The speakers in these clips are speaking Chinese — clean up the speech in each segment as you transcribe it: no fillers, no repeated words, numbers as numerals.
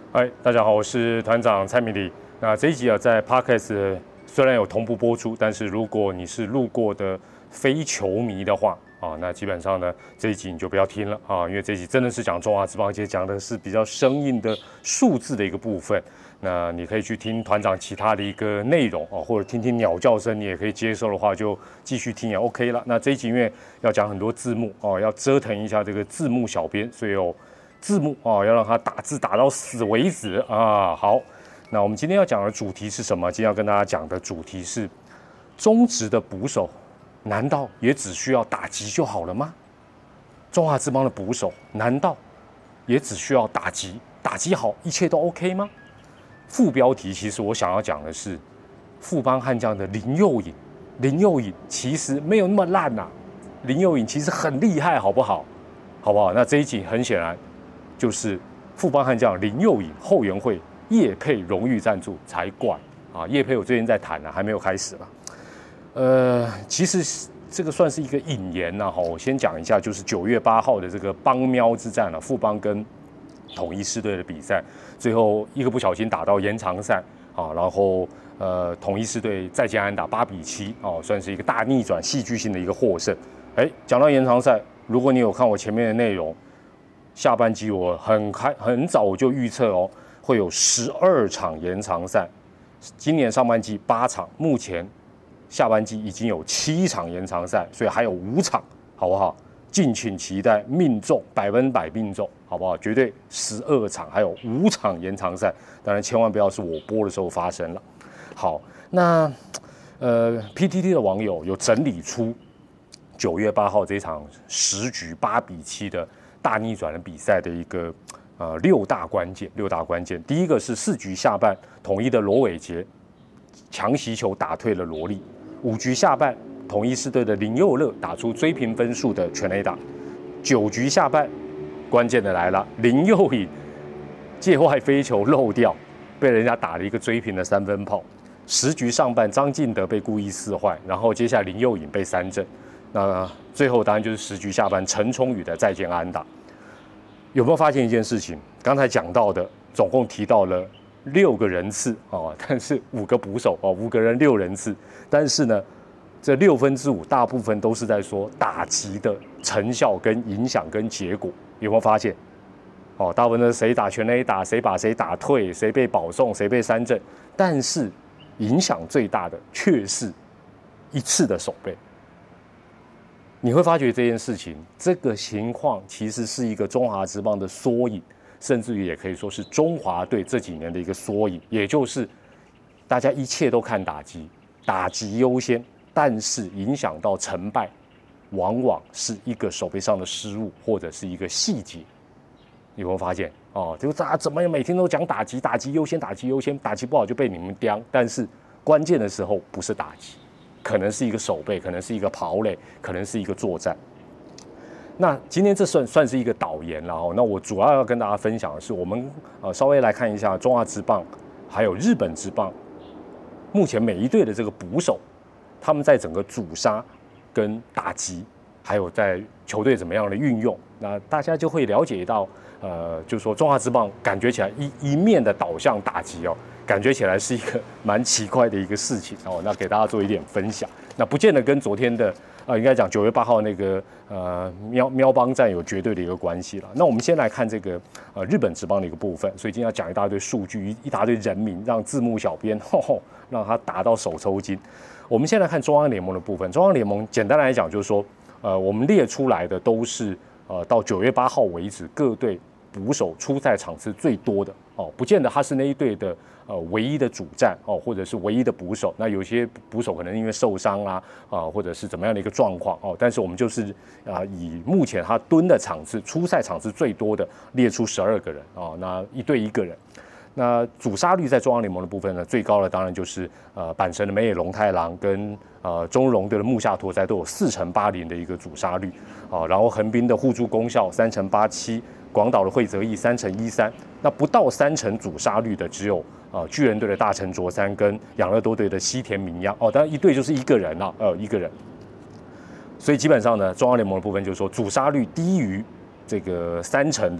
嗨，大家好，我是团长蔡明礼。那这一集啊，在 Podcast 虽然有同步播出，但是如果你是路过的非球迷的话啊，那基本上呢，这一集你就不要听了啊，因为这一集真的是讲中华职棒，而且讲的是比较生硬的数字的一个部分。那你可以去听团长其他的一个内容啊，或者听听鸟叫声，你也可以接受的话，就继续听也 OK 了。那这一集因为要讲很多字幕哦，要折腾一下这个字幕小编，所以字幕啊，要让他打字打到死为止啊！好，那我们今天要讲的主题是什么？今天要跟大家讲的主题是中职的捕手，难道也只需要打击就好了吗？中华职棒的捕手，难道也只需要打击？打击好，一切都 OK 吗？副标题其实我想要讲的是富邦悍将的林佑颖，林佑颖其实没有那么烂呐、林佑颖其实很厉害，好不好？好不好？那这一集很显然。就是富邦悍将林佑颖后援会业配荣誉赞助才怪啊！业配我最近在谈啊，还没有开始了。其实这个算是一个引言呐，我先讲一下，就是9月8号的这个邦喵之战啊，富邦跟统一狮队的比赛，最后一个不小心打到延长赛啊，然后统一狮队再见安打8-7哦，算是一个大逆转、戏剧性的一个获胜。讲到延长赛，如果你有看我前面的内容。下半季我很早我就预测哦，会有12场延长赛。今年上半季8场，目前下半季已经有7场延长赛，所以还有5场，好不好？敬请期待，命中100%命中，好不好？绝对12场，还有5场延长赛。当然，千万不要是我播的时候发生了。好，那PTT 的网友有整理出9月8号这场10局8-7的。大逆转的比赛的一个6大关键，第一个是4局下半统一的罗伟杰强袭球打退了罗力，5局下半统一狮队的林佑乐打出追平分数的全垒打，9局下半关键的来了，林佑颖界外飞球漏掉，被人家打了一个追平的3分炮，10局上半张进德被故意四坏，然后接下来林佑颖被3振，那最后当然就是10局下半陈冲宇的再见安打。有没有发现一件事情？刚才讲到的，总共提到了6个人次啊，但是5个捕手哦，5个人6人次，但是呢，这5/6大部分都是在说打击的成效跟影响跟结果，有没有发现？哦，大部分的谁打全垒打，谁把谁打退，谁被保送，谁被3振，但是影响最大的却是一次的守备。你会发觉这件事情，这个情况其实是一个中华职棒的缩影，甚至于也可以说是中华队这几年的一个缩影，也就是大家一切都看打击，打击优先，但是影响到成败，往往是一个手背上的失误或者是一个细节。你有没有发现？哦，就大家怎么每天都讲打击，打击优先，打击优先，打击不好就被你们刁，但是关键的时候不是打击。可能是一个守备，可能是一个跑垒，可能是一个作战。那今天这算是一个导言了哦。那我主要要跟大家分享的是，我们稍微来看一下中华职棒还有日本职棒，目前每一队的这个捕手，他们在整个阻杀跟打击，还有在球队怎么样的运用，那大家就会了解到，就是说中华职棒感觉起来一面的导向打击哦。感觉起来是一个蛮奇怪的一个事情哦，那给大家做一点分享。那不见得跟昨天的应该讲9月8号那个喵邦战有绝对的一个关系了。那我们先来看这个日本职棒的一个部分，所以今天要讲一大堆数据，一大堆人名，让字幕小编让他打到手抽筋。我们先来看中央联盟的部分，中央联盟简单来讲就是说，我们列出来的都是到9月8号为止各队捕手出赛场次最多的哦，不见得他是那一队的唯一的主战哦，或者是唯一的捕手。那有些捕手可能因为受伤啦或者是怎么样的一个状况哦，但是我们就是以目前他蹲的场次、出赛场次最多的列出12个人哦，那一队1个人。那阻杀率在中央联盟的部分呢，最高的当然就是阪神的梅野龙太郎跟中日队的木下拓哉都有4.80%的一个阻杀率啊，然后横滨的互助功效3.87%，广岛的惠泽义3.13%，那不到3成阻杀率的只有巨人队的大城卓三跟养乐多队的西田明央哦，当然一队就是1个人啦，1个人。所以基本上呢，中央联盟的部分就是说阻杀率低于这个3成的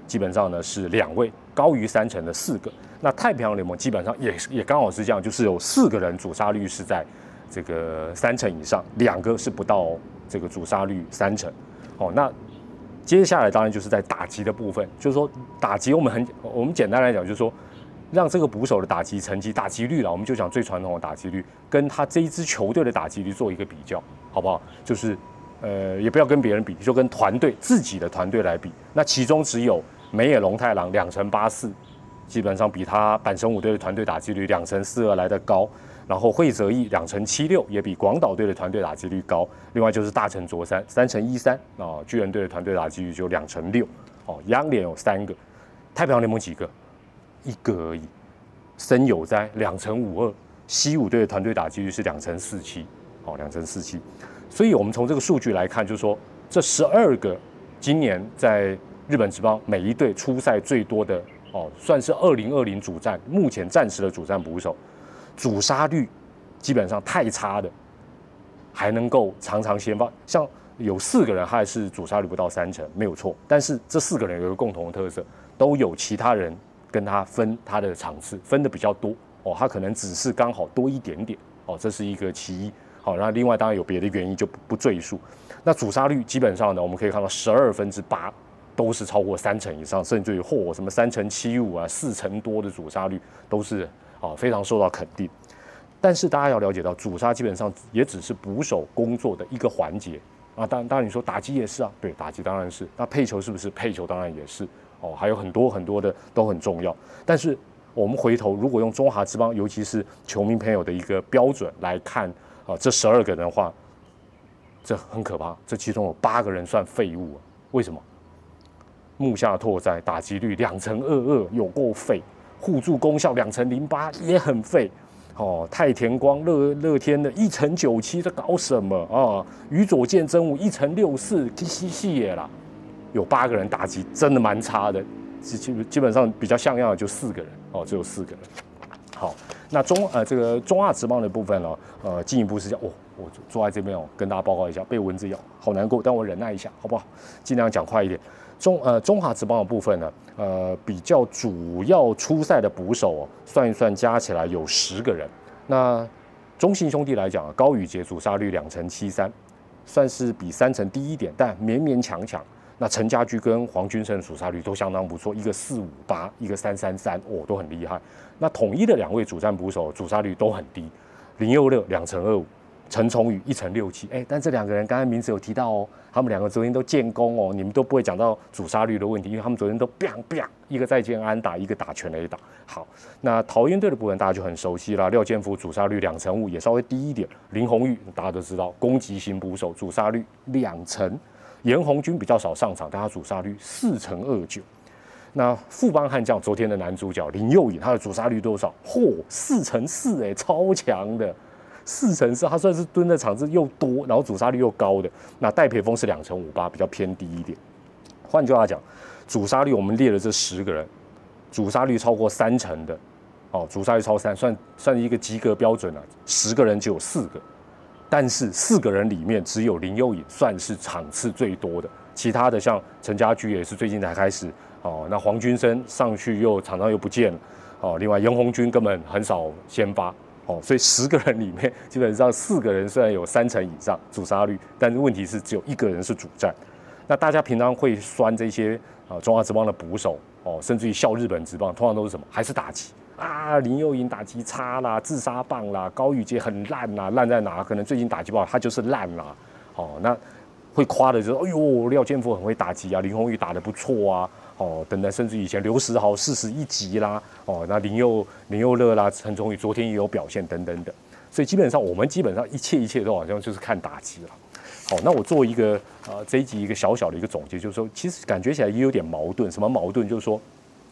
基本上呢是2位，高于3成的4个。那太平洋联盟基本上也刚好是这样，就是有4个人主杀率是在这个3成以上，2个是不到这个主杀率3成。哦，那接下来当然就是在打击的部分，就是说打击我们简单来讲就是说，让这个捕手的打击成绩、打击率啦，我们就讲最传统的打击率，跟他这一支球队的打击率做一个比较，好不好？就是也不要跟别人比，就跟自己的团队来比。那其中只有美野龙太郎2成84。基本上比他阪神5队的团队打击率2成42来得高，然后惠泽义2成76，也比广岛队的团队打击率高。另外就是大城卓三3成13啊，巨人队的团队打击率就2成6，哦，央联有3个，太平洋联盟几个？1个而已。森友哉2成52，西武队的团队打击率是2成47，哦，2成47。所以我们从这个数据来看，就是说这12个今年在日本职棒每一队出赛最多的。哦，算是2020主战，目前暂时的主战捕手，主杀率基本上太差的，还能够常常先发。像有4个人他还是主杀率不到3成，没有错。但是这4个人有一个共同的特色，都有其他人跟他分他的场次，分的比较多。哦，他可能只是刚好多一点点。哦，这是一个其一。好，那另外当然有别的原因就不赘述。那主杀率基本上呢，我们可以看到8/12。都是超过3成以上，甚至于什么3成75啊、4成多的主杀率都是非常受到肯定。但是大家要了解到，主杀基本上也只是捕手工作的一个环节啊。当然你说打击也是啊，对，打击当然是。那配球是不是？配球当然也是哦，还有很多很多的都很重要。但是我们回头如果用中华职棒，尤其是球迷朋友的一个标准来看这12个人的话，这很可怕。这其中有8个人算废物啊？为什么？木下拓哉打击率2成22，有够废；互助功效2成08，也很废。哦，太田光、乐天的1成97，这搞什么啊？宇佐见真吾1成64，嘻嘻耶啦。有8个人打击真的蛮差的，基本上比较像样的就4个人哦，只有4个人。好，那这个中华职棒的部分呢，进一步是我坐在这边跟大家报告一下，被蚊子咬，好难过，但我忍耐一下，好不好？尽量讲快一点。中华职棒的部分呢，比较主要出赛的捕手算一算加起来有10个人。那中信兄弟来讲，高宇杰主杀率2成73，算是比3成低一点，但勉勉强强。那陈家驹跟黄君生的主杀率都相当不错，一个458，一个333，都很厉害。那统一的2位主战捕手主杀率都很低，林佑乐2成25。陈崇宇1成67，但这2个人刚才名字有提到他们2个昨天都建功你们都不会讲到主杀率的问题，因为他们昨天都 biang biang， 一个再见安打，一个打全垒打。好，那桃园队的部分大家就很熟悉啦，廖健富主杀率2成5，也稍微低一点。林鸿玉大家都知道，攻击型捕手主杀率2成，严红军比较少上场，但他主杀率4成29。那富邦悍将昨天的男主角林佑颖，他的主杀率多少？4成4，超强的。4成4，他算是蹲的场次又多，然后主杀率又高的。那戴培峰是2成58，比较偏低一点。换句话讲，主杀率我们列了这10个人，主杀率超过3成的，主杀率超3，算一个及格标准了。10个人只有4个，但是4个人里面只有林佑颖算是场次最多的，其他的像陈家驹也是最近才开始那黄君生上去常常又不见了另外严红军根本很少先发。所以10个人里面，基本上4个人虽然有3成以上主杀率，但是问题是只有1个人是主战。那大家平常会酸这些中华职棒的捕手甚至于笑日本职棒，通常都是什么？还是打击啊？林佑颖打击差啦，自杀棒啦，高宇杰很烂啦，烂在哪？可能最近打击不好，他就是烂啦。那会夸的就是，哎呦，廖健富很会打击啊，林鸿宇打得不错啊。等等，甚至以前刘时豪41级啦，那林佑乐啦，陈崇宇昨天也有表现等等等，所以基本上我们一切都好像就是看打击了。好，那我做一个这一集一个小小的一个总结，就是说，其实感觉起来也有点矛盾。什么矛盾？就是说，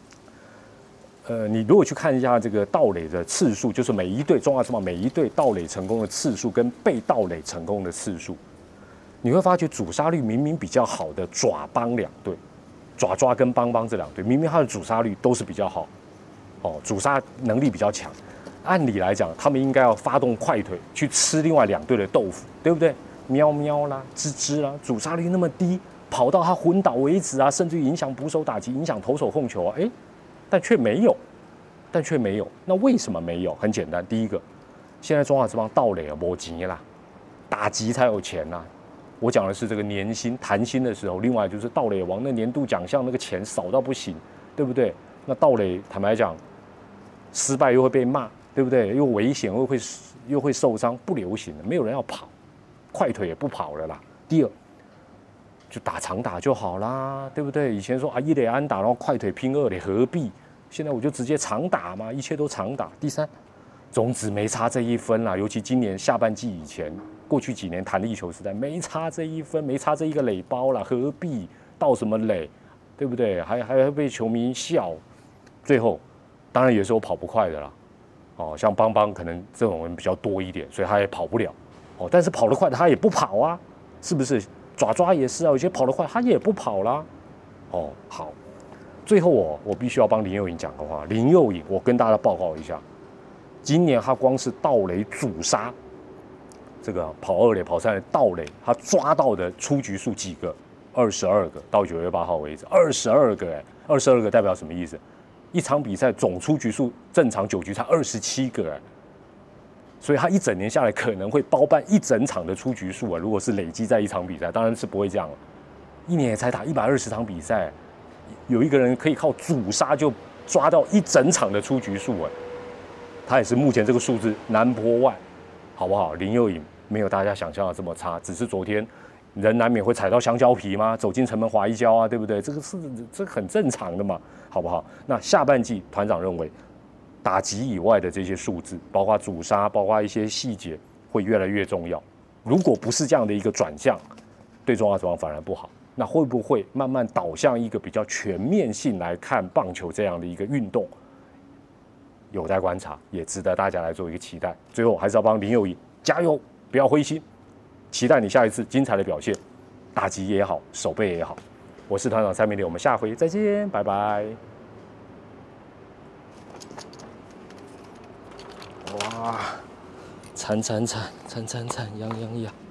你如果去看一下这个盗垒的次数，就是每一队中华职棒每一队盗垒成功的次数跟被盗垒成功的次数，你会发觉主杀率明明比较好的爪帮2队。爪跟邦邦这2队，明明他的主杀率都是比较好，主杀能力比较强。按理来讲，他们应该要发动快腿去吃另外2队的豆腐，对不对？喵喵啦，吱吱啦，主杀率那么低， 跑到他昏倒为止啊，甚至于影响捕手打击，影响投手控球啊，但却没有，那为什么没有？很简单，第一个，现在中华职棒盗垒啊，没钱啦，打击才有钱呐。我讲的是这个年薪谈薪的时候，另外就是盗垒王那年度奖项那个钱少到不行，对不对？那盗垒坦白讲，失败又会被骂，对不对？又危险，又会受伤，不流行了，没有人要跑，快腿也不跑了啦。第二，就打长打就好啦，对不对？以前说啊一垒安打，然后快腿拼二垒，何必？现在我就直接长打嘛，一切都长打。第三，种子没差这一分啦，尤其今年下半季以前，过去几年弹力球时代没差这一分，没差这一个垒包啦，何必盗什么垒，对不对？还会被球迷笑。最后，当然也是有跑不快的啦，哦，像邦邦可能这种人比较多一点，所以他也跑不了，哦，但是跑得快的他也不跑啊，是不是？爪也是啊，有些跑得快他也不跑啦，哦，好。最后我必须要帮林佑颖讲的话，林佑颖，我跟大家报告一下，今年他光是盗垒阻杀，这个跑二垒、跑三垒盗垒，他抓到的出局数几个？22个，到9月8号为止，22个，22个代表什么意思？一场比赛总出局数正常9局才27个所以他一整年下来可能会包办一整场的出局数啊。如果是累积在一场比赛，当然是不会这样了，一年也才打120场比赛。有一个人可以靠阻杀就抓到一整场的出局数他也是目前这个数字number one，好不好？林佑颖没有大家想象的这么差，只是昨天人难免会踩到香蕉皮吗？走进城门滑一跤啊，对不对？这个很正常的嘛，好不好？那下半季团长认为，打击以外的这些数字，包括阻杀，包括一些细节，会越来越重要。如果不是这样的一个转向，对中华职棒反而不好。那会不会慢慢导向一个比较全面性来看棒球这样的一个运动？有待观察，也值得大家来做一个期待。最后还是要帮林佑颖加油，不要灰心，期待你下一次精彩的表现，打击也好，守备也好。我是团长蔡明烈，我们下回再见，拜拜。哇，惨，痒，